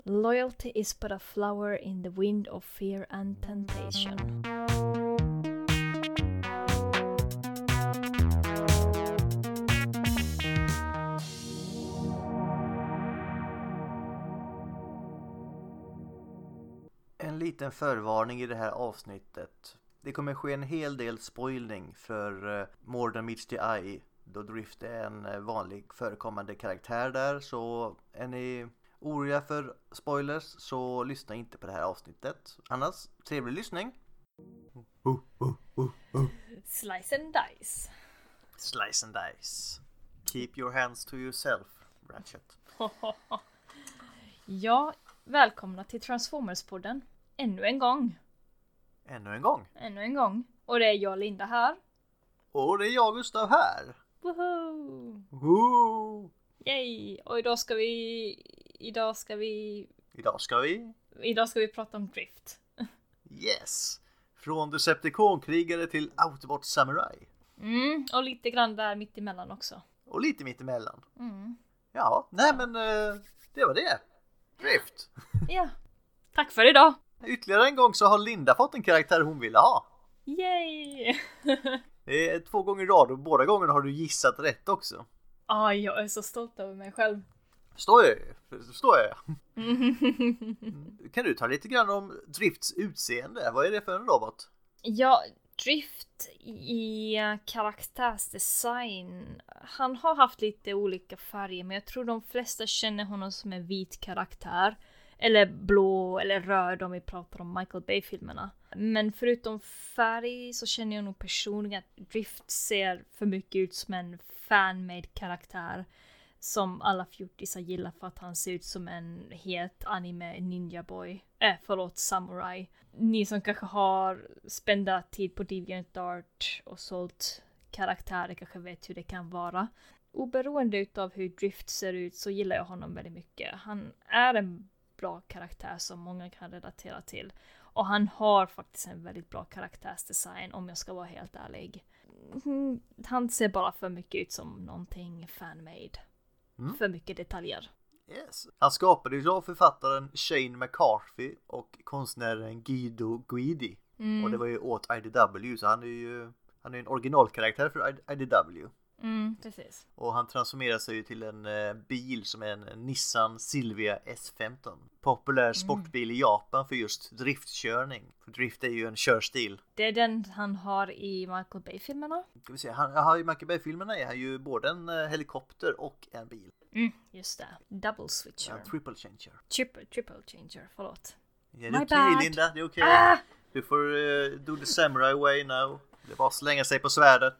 Loyalty is but a flower in the wind of fear and temptation. En liten förvarning i det här avsnittet. Det kommer ske en hel del spoilning för More Than Meets the Eye, då Drift är en vanlig förekommande karaktär där. Så är ni oroliga för spoilers så lyssna inte på det här avsnittet. Annars, trevlig lyssning. Slice and dice. Slice and dice. Keep your hands to yourself, Ratchet. Ja, välkomna till Transformers-podden. Ännu en gång. Ännu en gång. Och det är jag, Linda, här. Och det är jag, Gustav, här. Woho! Woo! Yay! Och idag ska vi prata om Drift. Yes! Från Decepticon-krigare till Autobot Samurai. Och lite grann där mitt emellan också. Och lite mitt emellan. Ja, nej men det var det. Drift. Ja, tack för idag. Ytterligare en gång så har Linda fått en karaktär hon ville ha. Yay! Det är 2 gånger i rad och båda gångerna har du gissat rätt också. Jag är så stolt över mig själv. Förstår jag. Kan du ta lite grann om Drifts utseende? Vad är det för en robot? Ja, Drift i karaktärsdesign. Han har haft lite olika färger, men jag tror de flesta känner honom som en vit karaktär. Eller blå eller röd om vi pratar om Michael Bay-filmerna. Men förutom färg så känner jag nog personligen att Drift ser för mycket ut som en fan-made karaktär. Som alla fjortisar gillar för att han ser ut som en het anime ninja boy. Samurai. Ni som kanske har spenderat tid på DeviantArt och sålt karaktärer kanske vet hur det kan vara. Oberoende utav hur Drift ser ut så gillar jag honom väldigt mycket. Han är en bra karaktär som många kan relatera till. Och han har faktiskt en väldigt bra karaktärsdesign om jag ska vara helt ärlig. Han ser bara för mycket ut som någonting fan-made. För mycket detaljer. Yes. Han skapades av författaren Shane McCarthy och konstnären Guido Guidi. Och det var ju åt IDW, så han är ju en originalkaraktär för IDW. Precis. Och han transformerar sig ju till en bil som är en Nissan Silvia S15. Populär sportbil i Japan för just driftkörning. För drift är ju en körstil. Det är den han har i Michael Bay-filmerna. Ska vi se, han har i Michael Bay-filmerna är han ju både en helikopter och en bil. Just det. Double switcher. Ja, triple changer. Triple changer, förlåt. Ja, det är okej, Linda, det är okej. Du får do the samurai way now. Det är bara att slänga sig på svärdet.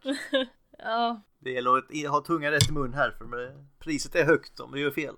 Ja. Det gäller att ha tungan rätt i mun här, för priset är högt om du gör fel.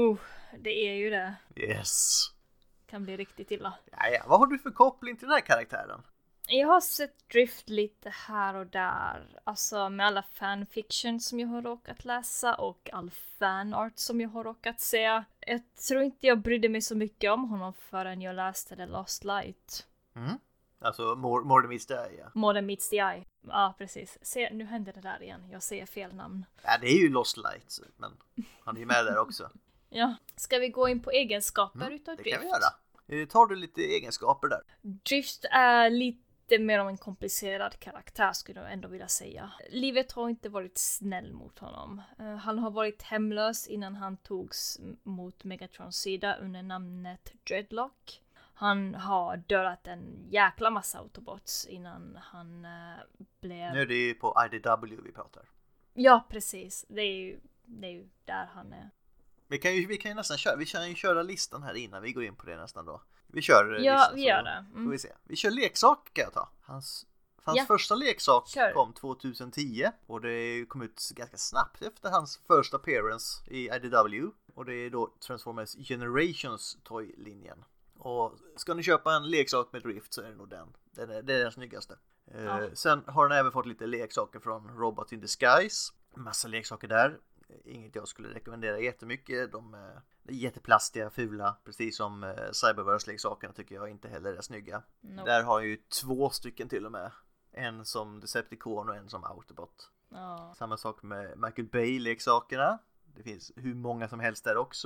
Det är ju det. Yes. Kan bli riktigt illa. Ja. Vad har du för koppling till den här karaktären? Jag har sett Drift lite här och där. Alltså med alla fanfiction som jag har råkat läsa och all fanart som jag har råkat se. Jag tror inte jag brydde mig så mycket om honom förrän jag läste The Lost Light. Alltså More Than Meets the Eye, ja. More Than Meets the Eye. Ja, precis. Se, nu händer det där igen. Jag säger fel namn. Ja, det är ju Lost Light, men han är ju med där också. Ja. Ska vi gå in på egenskaper utav Drift? Det kan vi göra. Tar du lite egenskaper där? Drift är lite mer om en komplicerad karaktär skulle jag ändå vilja säga. Livet har inte varit snäll mot honom. Han har varit hemlös innan han togs mot Megatrons sida under namnet Dreadlock. Han har dödat en jäkla massa Autobots innan han blev... Nu är det ju på IDW vi pratar. Ja, precis. Det är ju där han är. Vi kan ju nästan köra. Vi kan ju köra listan här innan vi går in på det nästan då. Vi kör ja, listan, vi gör det. Får vi se. Vi kör leksak kan jag ta. Hans första leksak kom 2010 och det kom ut ganska snabbt efter hans första appearance i IDW. Och det är då Transformers Generations toy-linjen. Och ska ni köpa en leksak med Drift så är det nog den. Det är den snyggaste. Sen har den även fått lite leksaker från Robot in Disguise. Massa leksaker där. Inget jag skulle rekommendera jättemycket. De är jätteplastiga, fula. Precis som Cyberverse-leksakerna tycker jag inte heller är snygga. Nope. Där har jag ju 2 stycken till och med. En som Decepticon och en som Autobot. Samma sak med Michael Bay-leksakerna. Det finns hur många som helst där också.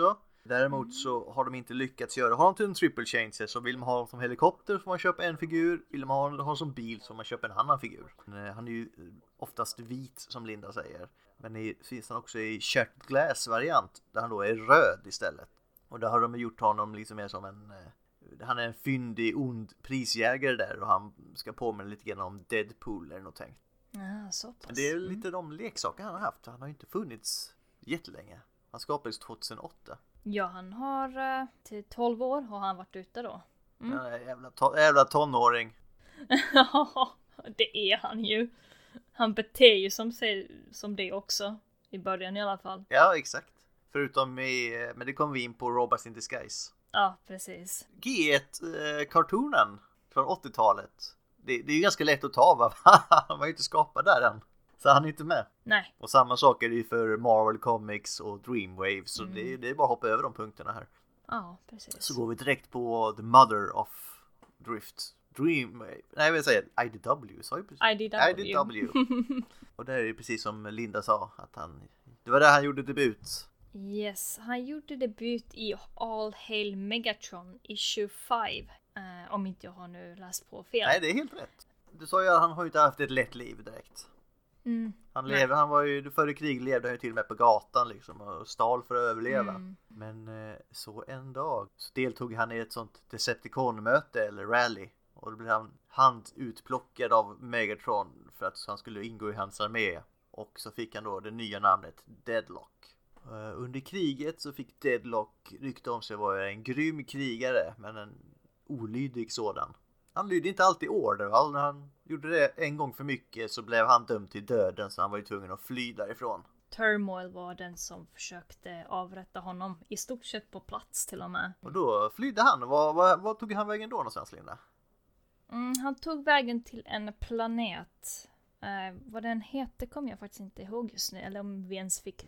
Däremot så har de inte lyckats göra honom till en triple changer, så vill man ha honom som helikopter så får man köpa en figur, vill man ha honom som bil så får man köpa en annan figur. Han är ju oftast vit som Linda säger, men finns han också i shirted glass variant där han då är röd istället. Och där har de gjort honom liksom mer som han är en fyndig, ond prisjägare där och han ska påminna lite grann om Deadpool eller något tänkt. Ja, så pass. Men det är lite de leksaker han har haft. Han har ju inte funnits jättelänge. Han skapades 2008. Ja, han har till 12 år har han varit ute då. Ja, jävla tonåring. Ja, det är han ju. Han beter ju som det också. I början i alla fall. Ja, exakt. Förutom men det kom vi in på Robots in Disguise. Ja, precis. G1-kartonen från 80-talet. Det är ju ganska lätt att ta, va? Han var ju inte skapad där än. Så han är inte med. Nej. Och samma sak är det ju för Marvel Comics och Dreamwave. Så det är bara att hoppa över de punkterna här. Ja, precis. Så går vi direkt på The Mother of Drift. Dreamwave. Nej, jag vill säga IDW. Så IDW. Och det är ju precis som Linda sa. Att det var där han gjorde debut. Yes, han gjorde debut i All Hail Megatron issue 5. Om inte jag har nu läst på fel. Nej, det är helt rätt. Du sa ju att han har ju inte haft ett lätt liv direkt. Han var ju före krig levde han ju till och med på gatan liksom och stal för att överleva. Men så en dag så deltog han i ett sånt Decepticon-möte eller rally. Och då blev han handutplockad av Megatron för att han skulle ingå i hans armé. Och så fick han då det nya namnet Deadlock. Under kriget så fick Deadlock rykte om sig vara en grym krigare, men en olydig sådan. Han lydde inte alltid order. När han gjorde det en gång för mycket så blev han dömd till döden, så han var ju tvungen att fly därifrån. Turmoil var den som försökte avrätta honom, i stort sett på plats till och med. Och då flydde han. Vad tog han vägen då någonstans, Linda? Han tog vägen till en planet. Vad den hette kommer jag faktiskt inte ihåg just nu. Eller om vi ens fick...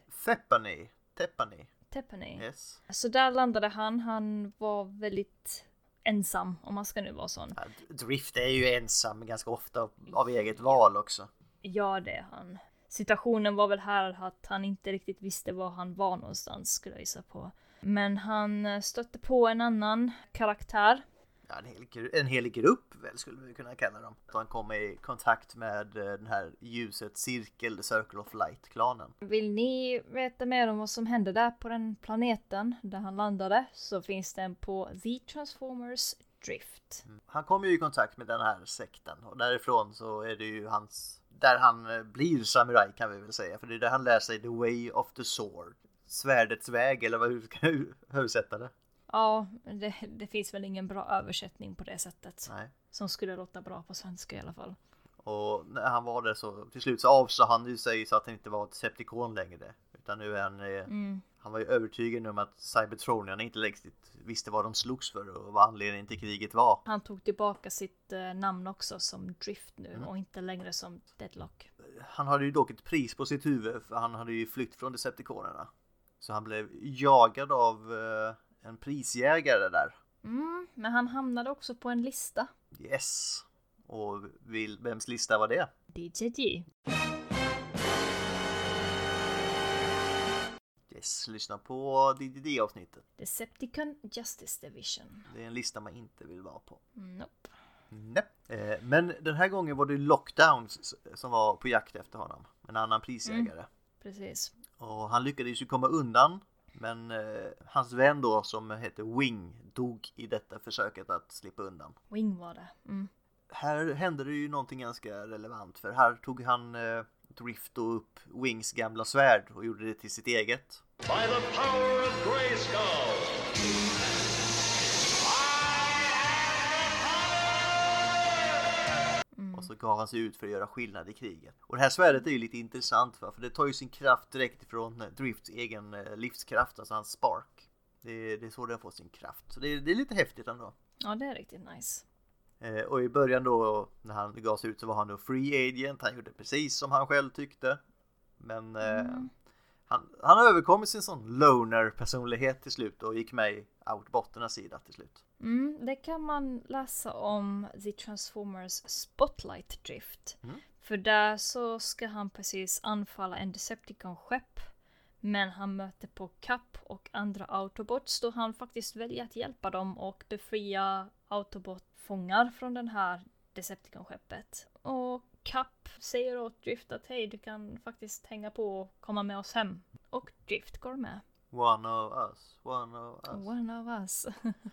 Teppany. Yes. Så där landade han. Han var väldigt ensam, om man ska nu vara sån. Ja, Drift är ju ensam ganska ofta av eget val också. Ja, det är han. Situationen var väl här att han inte riktigt visste var han var någonstans, skulle jag gissa på. Men han stötte på en annan karaktär. Ja, en hel grupp väl skulle vi kunna kalla dem. Han kom i kontakt med den här ljuset cirkel, The Circle of Light-klanen. Vill ni veta mer om vad som hände där på den planeten där han landade, så finns den på The Transformers Drift. Han kom ju i kontakt med den här sekten och därifrån så är det ju där han blir samuraj, kan vi väl säga. För det är där han lär sig The Way of the Sword. Svärdets väg, eller hur ska jag översätta det? Ja, det finns väl ingen bra översättning på det sättet. Nej. Som skulle låta bra på svenska i alla fall. Och när han var där så till slut så avsade han ju sig så att han inte var ett Decepticon längre. Utan nu är han var ju övertygad om att Cybertronian inte längre visste vad de slogs för och vad anledningen till kriget var. Han tog tillbaka sitt namn också som Drift nu och inte längre som Deadlock. Han hade ju dock ett pris på sitt huvud, för han hade ju flytt från Decepticonerna. Så han blev jagad av en prisjägare där. Men han hamnade också på en lista. Yes. Och vems lista var det? DJG. Yes, lyssna på DDD-avsnittet. Decepticon Justice Division. Det är en lista man inte vill vara på. Nope. Men den här gången var det Lockdown som var på jakt efter honom. En annan prisjägare. Precis. Och han lyckades ju komma undan. Men hans vän då som heter Wing dog i detta försöket att slippa undan. Wing var det. Här hände det ju någonting ganska relevant. För här tog han Drift upp Wings gamla svärd och gjorde det till sitt eget. By the power of Grayskull. Och så gav han sig ut för att göra skillnad i kriget. Och det här svärdet är ju lite intressant, för det tar ju sin kraft direkt ifrån Drifts egen livskraft, alltså hans spark. Det är så den får sin kraft. Så det är lite häftigt ändå. Ja, det är riktigt nice. Och i början då, när han gav sig ut, så var han då free agent. Han gjorde precis som han själv tyckte. Men han har överkommit sin sån loner-personlighet till slut och gick med i Outbotternas sida till slut. Det kan man läsa om The Transformers Spotlight Drift. För där så ska han precis anfalla en Decepticon-skepp Men han möter på Cap och andra Autobots då han faktiskt väljer att hjälpa dem och befria Autobot-fångar från den här Decepticon-skeppet. Och Cap säger åt Drift att hej, du kan faktiskt hänga på och komma med oss hem. Och Drift går med. One of us, one of us. One of us.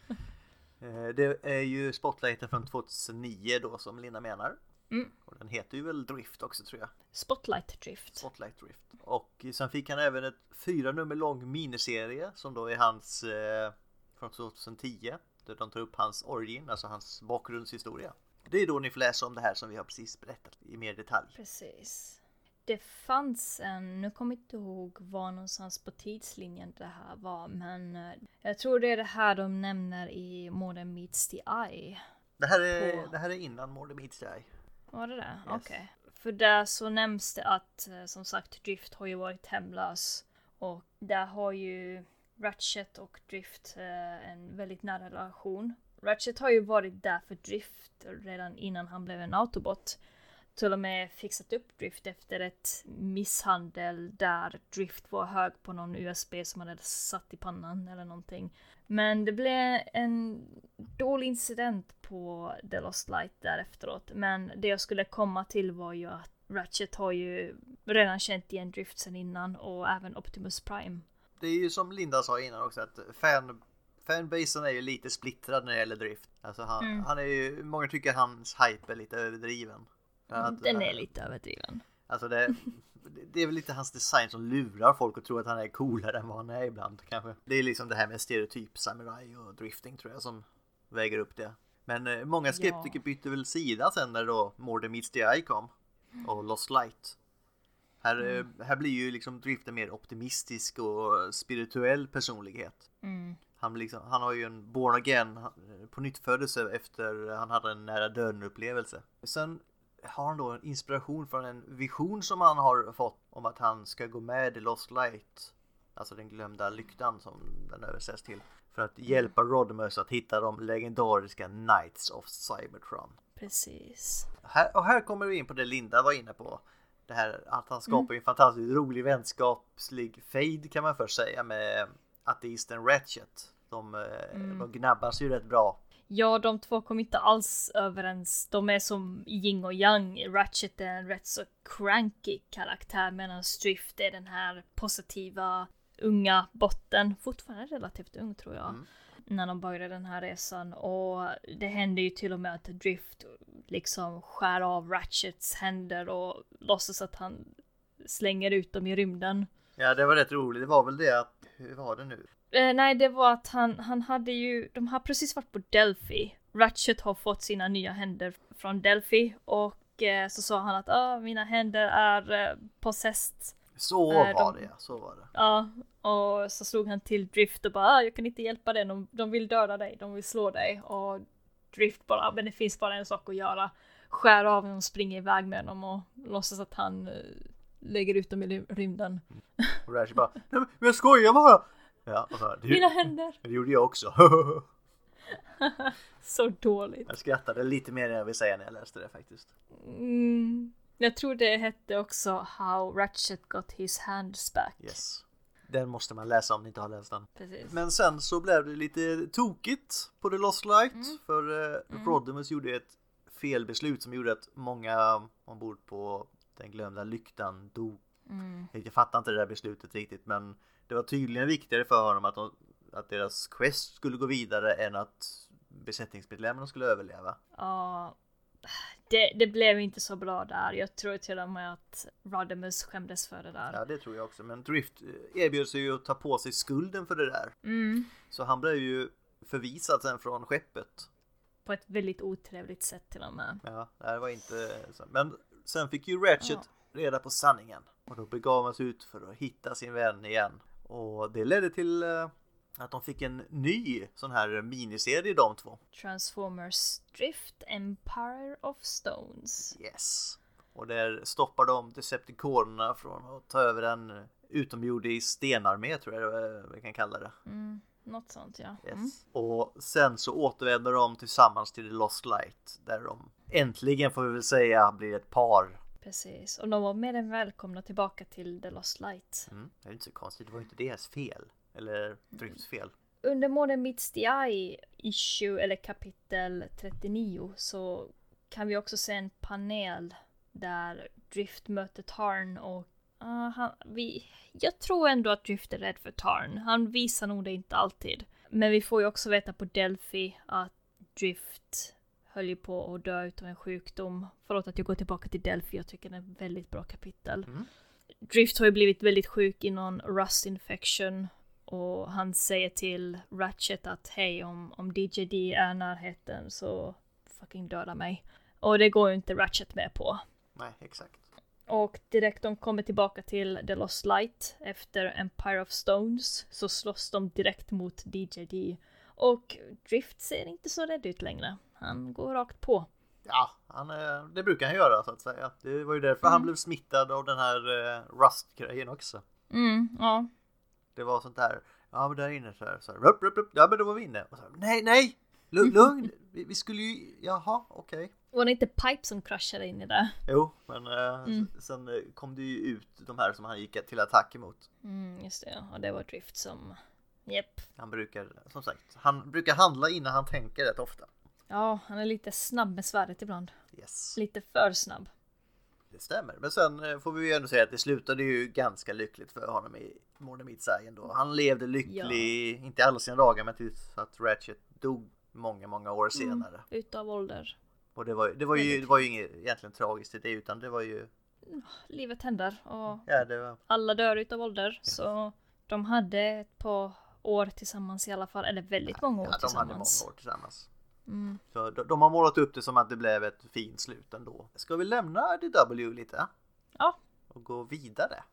Det är ju Spotlighten från 2009 då som Linda menar. Mm. Och den heter ju väl Drift också tror jag. Spotlight Drift. Spotlight Drift. Och sen fick han även ett 4 nummer lång miniserie som då är hans från 2010. Där de tar upp hans origin, alltså hans bakgrundshistoria. Det är då ni får läsa om det här som vi har precis berättat i mer detalj. Precis. Det fanns nu kommer jag inte ihåg var någonstans på tidslinjen det här var, men jag tror det är det här de nämner i More Than Meets the Eye. Det här är innan More Than Meets the Eye. Var det det? Yes. Okej. För där så nämns det att som sagt Drift har ju varit hemlös och där har ju Ratchet och Drift en väldigt nära relation. Ratchet har ju varit där för Drift redan innan han blev en Autobot. Till och med fixat upp Drift efter ett misshandel där Drift var hög på någon USB som han hade satt i pannan eller någonting. Men det blev en dålig incident på The Lost Light där efteråt. Men det jag skulle komma till var ju att Ratchet har ju redan känt igen Drift sen innan och även Optimus Prime. Det är ju som Linda sa innan också att fanbasen är ju lite splittrad när det gäller Drift. Alltså han är ju, många tycker hans hype är lite överdriven. Den är lite överdriven. Alltså det är väl lite hans design som lurar folk och tror att han är coolare än vad han är ibland kanske. Det är liksom det här med stereotyp samurai och drifting tror jag som väger upp det. Men många skeptiker bytte väl sida sen när då More Than Meets the Eye kom och Lost Light. Här blir ju liksom Drift en mer optimistisk och spirituell personlighet. Han har ju en born again på nytt födelse efter han hade en nära döden upplevelse. Sen har han då en inspiration från en vision som han har fått om att han ska gå med i Lost Light, alltså den glömda lyktan som den översätts till, för att hjälpa Rodimus att hitta de legendariska Knights of Cybertron. Precis. Här kommer vi in på det Linda var inne på. Det här att han skapar en fantastiskt rolig vänskapslig fade kan man först säga med ateisten Ratchet. De gnabbas ju rätt bra. Ja, de två kom inte alls överens. De är som yin och yang. Ratchet är en rätt så cranky karaktär medan Drift är den här positiva unga botten. Fortfarande relativt ung tror jag. När de började den här resan. Och det händer ju till och med att Drift liksom skär av Ratchets händer och låtsas att han slänger ut dem i rymden. Ja, det var rätt roligt. Det var väl det att, hur var det nu? Nej, det var att han hade ju, de har precis varit på Delphi. Ratchet har fått sina nya händer från Delphi och så sa han att mina händer är possessed. Så var det. Ja, och så slog han till Drift och bara jag kan inte hjälpa dig, de vill döda dig, de vill slå dig. Och Drift bara, men det finns bara en sak att göra. Skär av dem och springer iväg med dem och låtsas att han lägger ut dem i rymden. Och Ratchet bara, men jag skojar bara! Ja, och så, mina händer! Det gjorde jag också. Så dåligt. Jag skrattade lite mer än jag vill säga när jag läste det faktiskt. Jag tror det hette också How Ratchet Got His Hands Back. Yes. Den måste man läsa om ni inte har läst den. Precis. Men sen så blev det lite tokigt på The Lost Light. För Rodimus gjorde ett felbeslut som gjorde att många ombord på den glömda lyktan dog. Jag fattar inte det där beslutet riktigt, men det var tydligen viktigare för honom att deras quest skulle gå vidare än att besättningsmedlemmarna skulle överleva. Ja, det blev inte så bra där. Jag tror till och med att Rodimus skämdes för det där. Ja, det tror jag också. Men Drift erbjöd sig ju att ta på sig skulden för det där. Så han blev ju förvisad sen från skeppet. På ett väldigt otrevligt sätt till och med. Ja, det var inte så. Men sen fick ju Ratchet reda på sanningen. Och då begav man sig ut för att hitta sin vän igen. Och det ledde till att de fick en ny sån här miniserie de två. Transformers Drift Empire of Stones. Yes. Och där stoppar de Decepticonerna från att ta över en utomjordisk stenarmé tror jag vi kan kalla det. Något sånt, ja. Yes. Och sen så återvänder de tillsammans till The Lost Light. Där de äntligen får vi väl säga blir ett par. Precis, och de var mer än välkomna tillbaka till The Lost Light. Det är inte så konstigt, det var inte deras fel. Eller Drifts fel. Under More Than Meets the Eye issue, eller kapitel 39, så kan vi också se en panel där Drift möter Tarn och jag tror ändå att Drift är rädd för Tarn. Han visar nog det inte alltid. Men vi får ju också veta på Delphi att Drift höll ju på att dö utav en sjukdom. Förlåt att jag går tillbaka till Delphi, jag tycker det är ett väldigt bra kapitel. Drift har ju blivit väldigt sjuk i någon rust infection. Och han säger till Ratchet att hej, om DJD är närheten så fucking döda mig. Och det går ju inte Ratchet med på. Nej, exakt. Och direkt de kommer tillbaka till The Lost Light efter Empire of Stones så slåss de direkt mot DJD. Och Drift ser inte så rädd ut längre. Han går rakt på. Ja, det brukar han göra så att säga. Det var ju därför han blev smittad av den här Rust-grejen också. Ja. Det var sånt där. Ja, men där inne så här. Ja, men då var vi inne. Och så här, nej. Lugn. Vi skulle ju... Jaha, okej. Var det inte Pipe som kraschade in i det? Jo, men sen kom det ju ut de här som han gick till attack emot. Just det, och det var Drift som... Japp. Han brukar handla innan han tänker rätt ofta. Ja, han är lite snabb med svärdet ibland. Yes. Lite för snabb. Det stämmer, men sen får vi ju ändå säga att det slutade ju ganska lyckligt för honom i More Than Meets Eye ändå. Han levde lycklig, inte alla sina dagar, men tills att Ratchet dog många år senare. Utav ålder. Och det var ju inget egentligen tragiskt i det, utan det var ju... Livet händer och det var... alla dör utav ålder, så de hade ett par år tillsammans i alla fall, eller väldigt många år tillsammans. Ja, de hade många år tillsammans. Så de har målat upp det som att det blev ett fint slut ändå. Ska vi lämna IDW lite? Ja. Och gå vidare.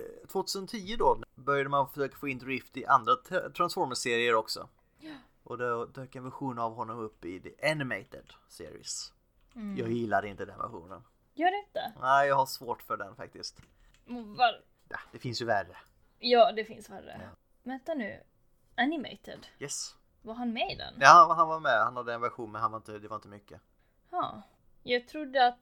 2010 då började man försöka få in Drift i andra Transformers-serier också. Ja. Och då dök en version av honom upp i The Animated Series. Jag gillade inte den versionen. Gör det inte? Nej, jag har svårt för den faktiskt. Ja, det finns ju värre. Ja, det finns värre. Ja. Vänta nu. Animated? Yes. Var han med i den? Ja, han var med. Han hade en version, men det var inte mycket. Ja. Jag trodde att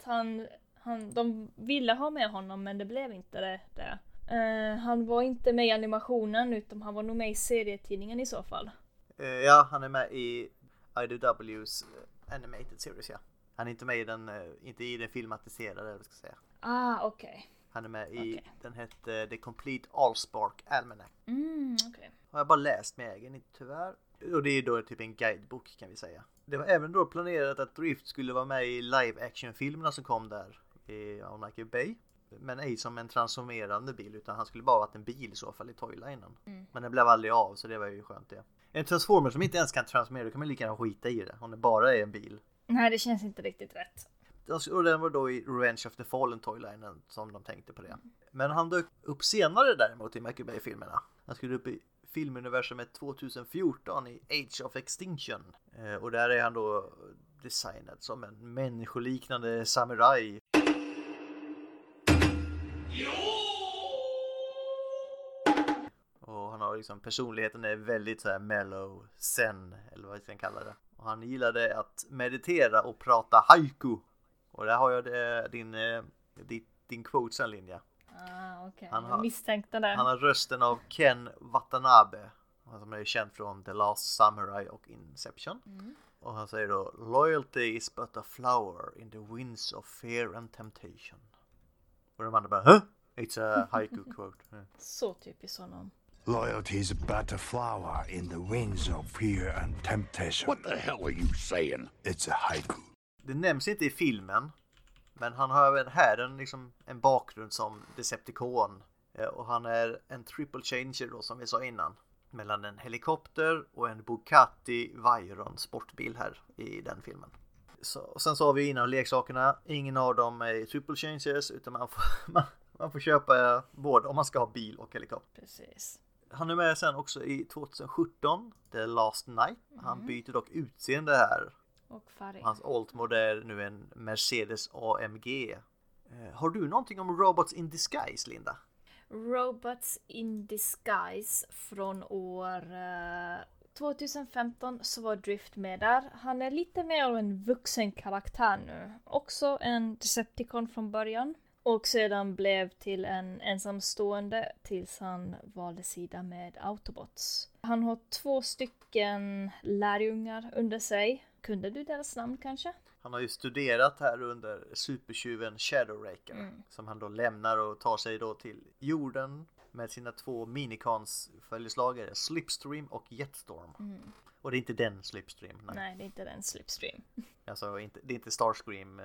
de ville ha med honom, men det blev inte det. Han var inte med i animationen, utan han var nog med i serietidningen i så fall. Ja, han är med i IDW's Animated Series, ja. Han är inte med i inte i den filmatiserade, eller ska jag säga. Okej. Han är med i, den hette The Complete Allspark Almanac. Okej. Har jag bara läst med egen, inte tyvärr. Och det är då typ en guidebok kan vi säga. Det var även då planerat att Drift skulle vara med i live-action-filmerna som kom där i Onaki Bay. Men ej som en transformerande bil, utan han skulle bara varit en bil i så fall i toylinen. Men det blev aldrig av, så det var ju skönt det. En transformer som inte ens kan transformera, då kan man lika gärna skita i det. Om det bara är en bil. Nej, det känns inte riktigt rätt. Och den var då i Revenge of the Fallen toylinen som de tänkte på det. Men han dök upp senare däremot i Michael Bay-filmerna. Han skulle upp i filmuniversumet 2014 i Age of Extinction. Och där är han då designad som en människoliknande samurai. Och han har liksom, personligheten är väldigt så här mellow, zen eller vad vi ska kalla det. Och han gillade att meditera och prata haiku. Och där har jag din quote sen, Linja. Okej. Jag misstänkte det. Han har rösten av Ken Watanabe, som är känd från The Last Samurai och Inception. Och han säger då: "Loyalty is but a flower in the winds of fear and temptation." Och de andra bara: "Huh? It's a haiku quote." Så typiskt honom. Loyalty is but a flower in the winds of fear and temptation. What the hell are you saying? It's a haiku. Det nämns inte i filmen, men han har även här en bakgrund som Decepticon. Och han är en triple changer då, som vi sa innan. Mellan en helikopter och en Bugatti Veyron sportbil här i den filmen. Och sen sa vi innan leksakerna, ingen av dem är triple changers, utan man får köpa både om man ska ha bil och helikopter. Precis. Han är med sen också i 2017, The Last Night. Han byter dock utseende här. Och färg. Hans Alt-modell nu är en Mercedes AMG. Har du någonting om Robots in Disguise, Linda? Robots in Disguise från år 2015 så var Drift med där. Han är lite mer av en vuxen karaktär nu. Också en Decepticon från början. Och sedan blev till en ensamstående tills han valde sida med Autobots. Han har 2 stycken lärjungar under sig. Kunde du deras namn kanske? Han har ju studerat här under supertjuven Shadowraker. Som han då lämnar och tar sig då till jorden med sina 2 minicons följeslagare, Slipstream och Jetstorm. Och det är inte den Slipstream. Nej, det är inte den Slipstream. Alltså det är inte Starscream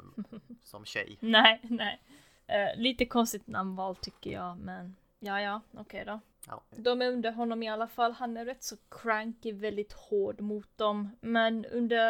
som tjej. Nej. Lite konstigt namnval tycker jag, men okej då. Ja. De är under honom i alla fall. Han är rätt så cranky, väldigt hård mot dem. Men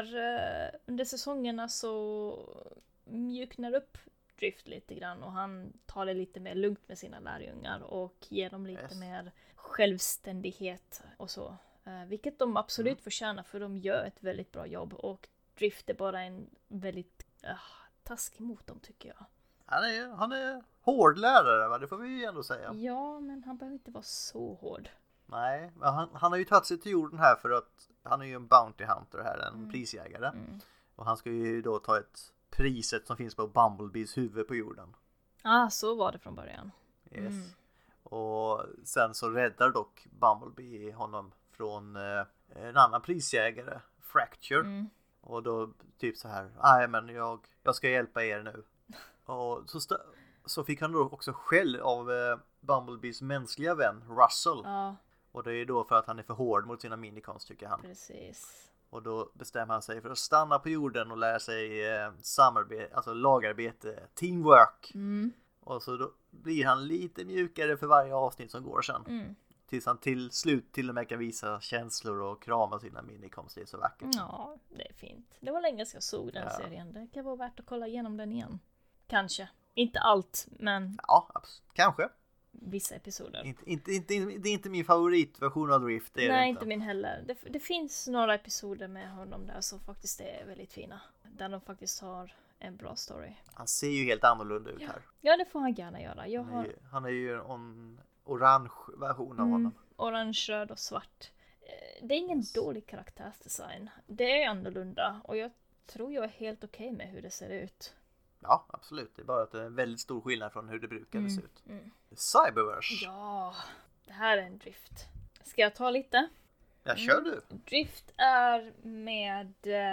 under säsongerna så mjuknar upp Drift lite grann och han tar det lite mer lugnt med sina lärjungar och ger dem lite mer självständighet och så. Vilket de absolut förtjänar, för de gör ett väldigt bra jobb och Drift är bara en väldigt taskig mot dem tycker jag. Han är hård lärare, va? Det får vi ju ändå säga. Ja, men han behöver inte vara så hård. Nej, men han har ju tagit sig till jorden här för att han är ju en bounty hunter här, en prisjägare. Och han ska ju då ta ett priset som finns på Bumblebees huvud på jorden. Så var det från början. Yes. Och sen så räddar dock Bumblebee honom från en annan prisjägare, Fracture. Och då typ så här, nej men jag ska hjälpa er nu. Och så fick han då också skäll av Bumblebees mänskliga vän, Russell. Ja. Och det är då för att han är för hård mot sina minicons tycker han. Precis. Och då bestämmer han sig för att stanna på jorden och lära sig samarbete, alltså lagarbete, teamwork. Och så då blir han lite mjukare för varje avsnitt som går sen. Tills han till slut till och med kan visa känslor och krama sina minicons. Det är så vackert. Ja, det är fint. Det var länge sedan jag såg den serien. Det kan vara värt att kolla igenom den igen. Kanske. Inte allt, men... Ja, kanske. Vissa episoder. Det är inte min favoritversion av Drift. Det är Nej, det inte min heller. Det finns några episoder med honom där som faktiskt är väldigt fina. Där de faktiskt har en bra story. Han ser ju helt annorlunda ut här. Ja, det får han gärna göra. Han är ju en orange version av honom. Orange, röd och svart. Det är ingen dålig karaktärsdesign. Det är annorlunda och jag tror jag är helt okej med hur det ser ut. Ja, absolut. Det är bara att det är en väldigt stor skillnad från hur det brukade se ut. Cyberverse. Ja, det här är en Drift. Ska jag ta lite? Ja, kör du. Drift är med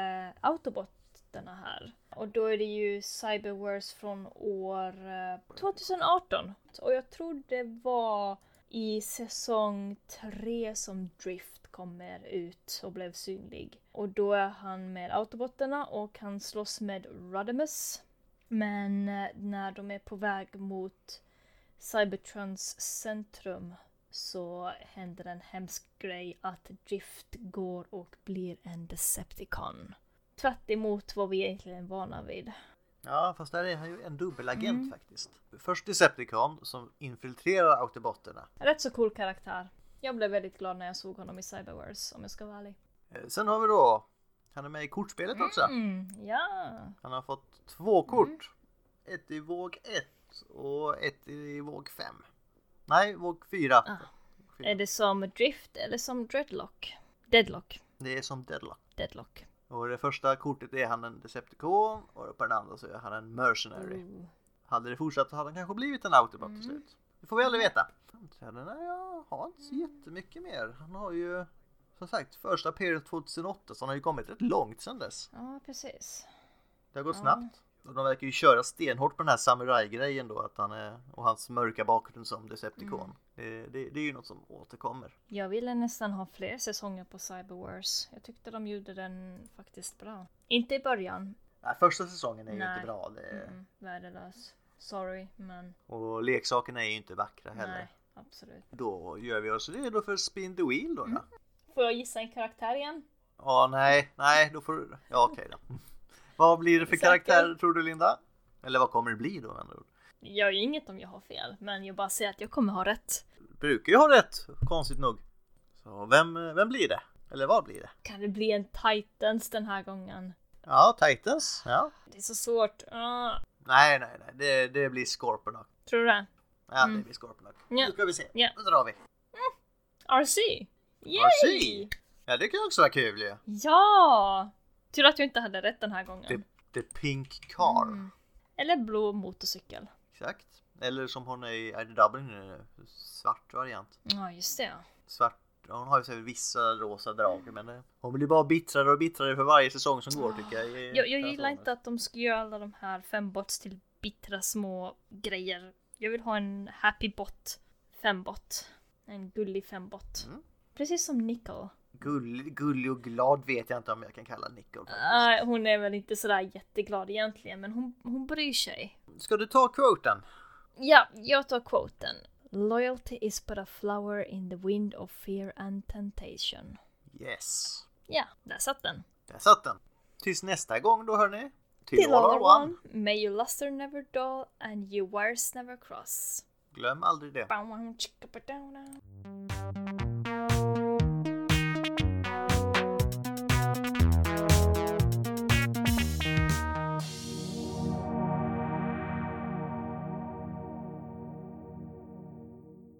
Autobotterna här. Och då är det ju Cyberverse från år 2018. Och jag tror det var i säsong 3 som Drift kommer ut och blev synlig. Och då är han med Autobotterna och han slåss med Rodimus. Men när de är på väg mot Cybertrons centrum så händer en hemsk grej att Drift går och blir en Decepticon. Tvärt emot vad vi egentligen är vana vid. Ja, fast där är han ju en dubbelagent faktiskt. Först Decepticon som infiltrerar Autobotterna. Rätt så cool karaktär. Jag blev väldigt glad när jag såg honom i Cyberverse, om jag ska vara ärlig. Sen har vi då, han är med i kortspelet också. Ja. Han har fått 2 kort. Ett i våg 1 och ett i våg 5. Nej, våg 4. Är det som Drift eller som Deadlock? Deadlock. Det är som Deadlock. Och det första kortet är han en Decepticon och på den andra så är han en Mercenary. Hade det fortsatt så hade han kanske blivit en Autobot till slut. Det får vi aldrig veta. Nej, jag har inte så jättemycket mer. Han har ju, som sagt, första appearance 2008 så han har ju kommit rätt långt sedan dess. Ja, precis. Det har gått snabbt. Och de verkar ju köra stenhårt på den här samurai-grejen då, att han är, och hans mörka bakgrund som Decepticon. Det är ju något som återkommer. Jag ville nästan ha fler säsonger på Cyberverse. Jag tyckte de gjorde den faktiskt bra. Inte i början. Nej, första säsongen är ju inte bra. Det är... Värdelös. Sorry, men... Och leksakerna är ju inte vackra heller. Nej, absolut. Då gör vi oss redo för Spin the Wheel då. Får jag gissa en karaktär igen? Ja, nej, då får du... Ja, okej då. Vad blir det för karaktär tror du, Linda? Eller vad kommer det bli då? Jag gör ju inget om jag har fel, men jag bara säger att jag kommer ha rätt. Brukar ju ha rätt, konstigt nog. Så vem blir det? Eller vad blir det? Kan det bli en Titans den här gången? Ja, Titans, ja. Det är så svårt. Nej, det blir Scorponok. Tror du det? Ja, det blir Scorponok. Ja. Nu ska vi se, nu drar vi. RC! Yay! RC! Ja, det kan också vara kul ju. Ja! Tur att jag inte hade rätt den här gången. The Pink Car. Eller blå motorcykel. Exakt. Eller som hon är i IDW nu, svart variant. Ja, just det. Svart. Hon har ju så vissa rosa drag, men hon blir bara bittrare och bittrare för varje säsong som går, tycker jag. Jag gillar inte att de ska göra alla de här fembots till bittra små grejer. Jag vill ha en happy bot fembot. En gullig fembot. Precis som Nickel. Gullig och glad vet jag inte om jag kan kalla Nickel. Hon är väl inte sådär jätteglad egentligen, men hon bryr sig. Ska du ta quoten? Ja, jag tar quoten. Loyalty is but a flower in the wind of fear and temptation. Yes. Ja, där satt den. Där satt den. Tills nästa gång då, hörni. Till all are one. May your luster never dull and your wires never cross. Glöm aldrig det.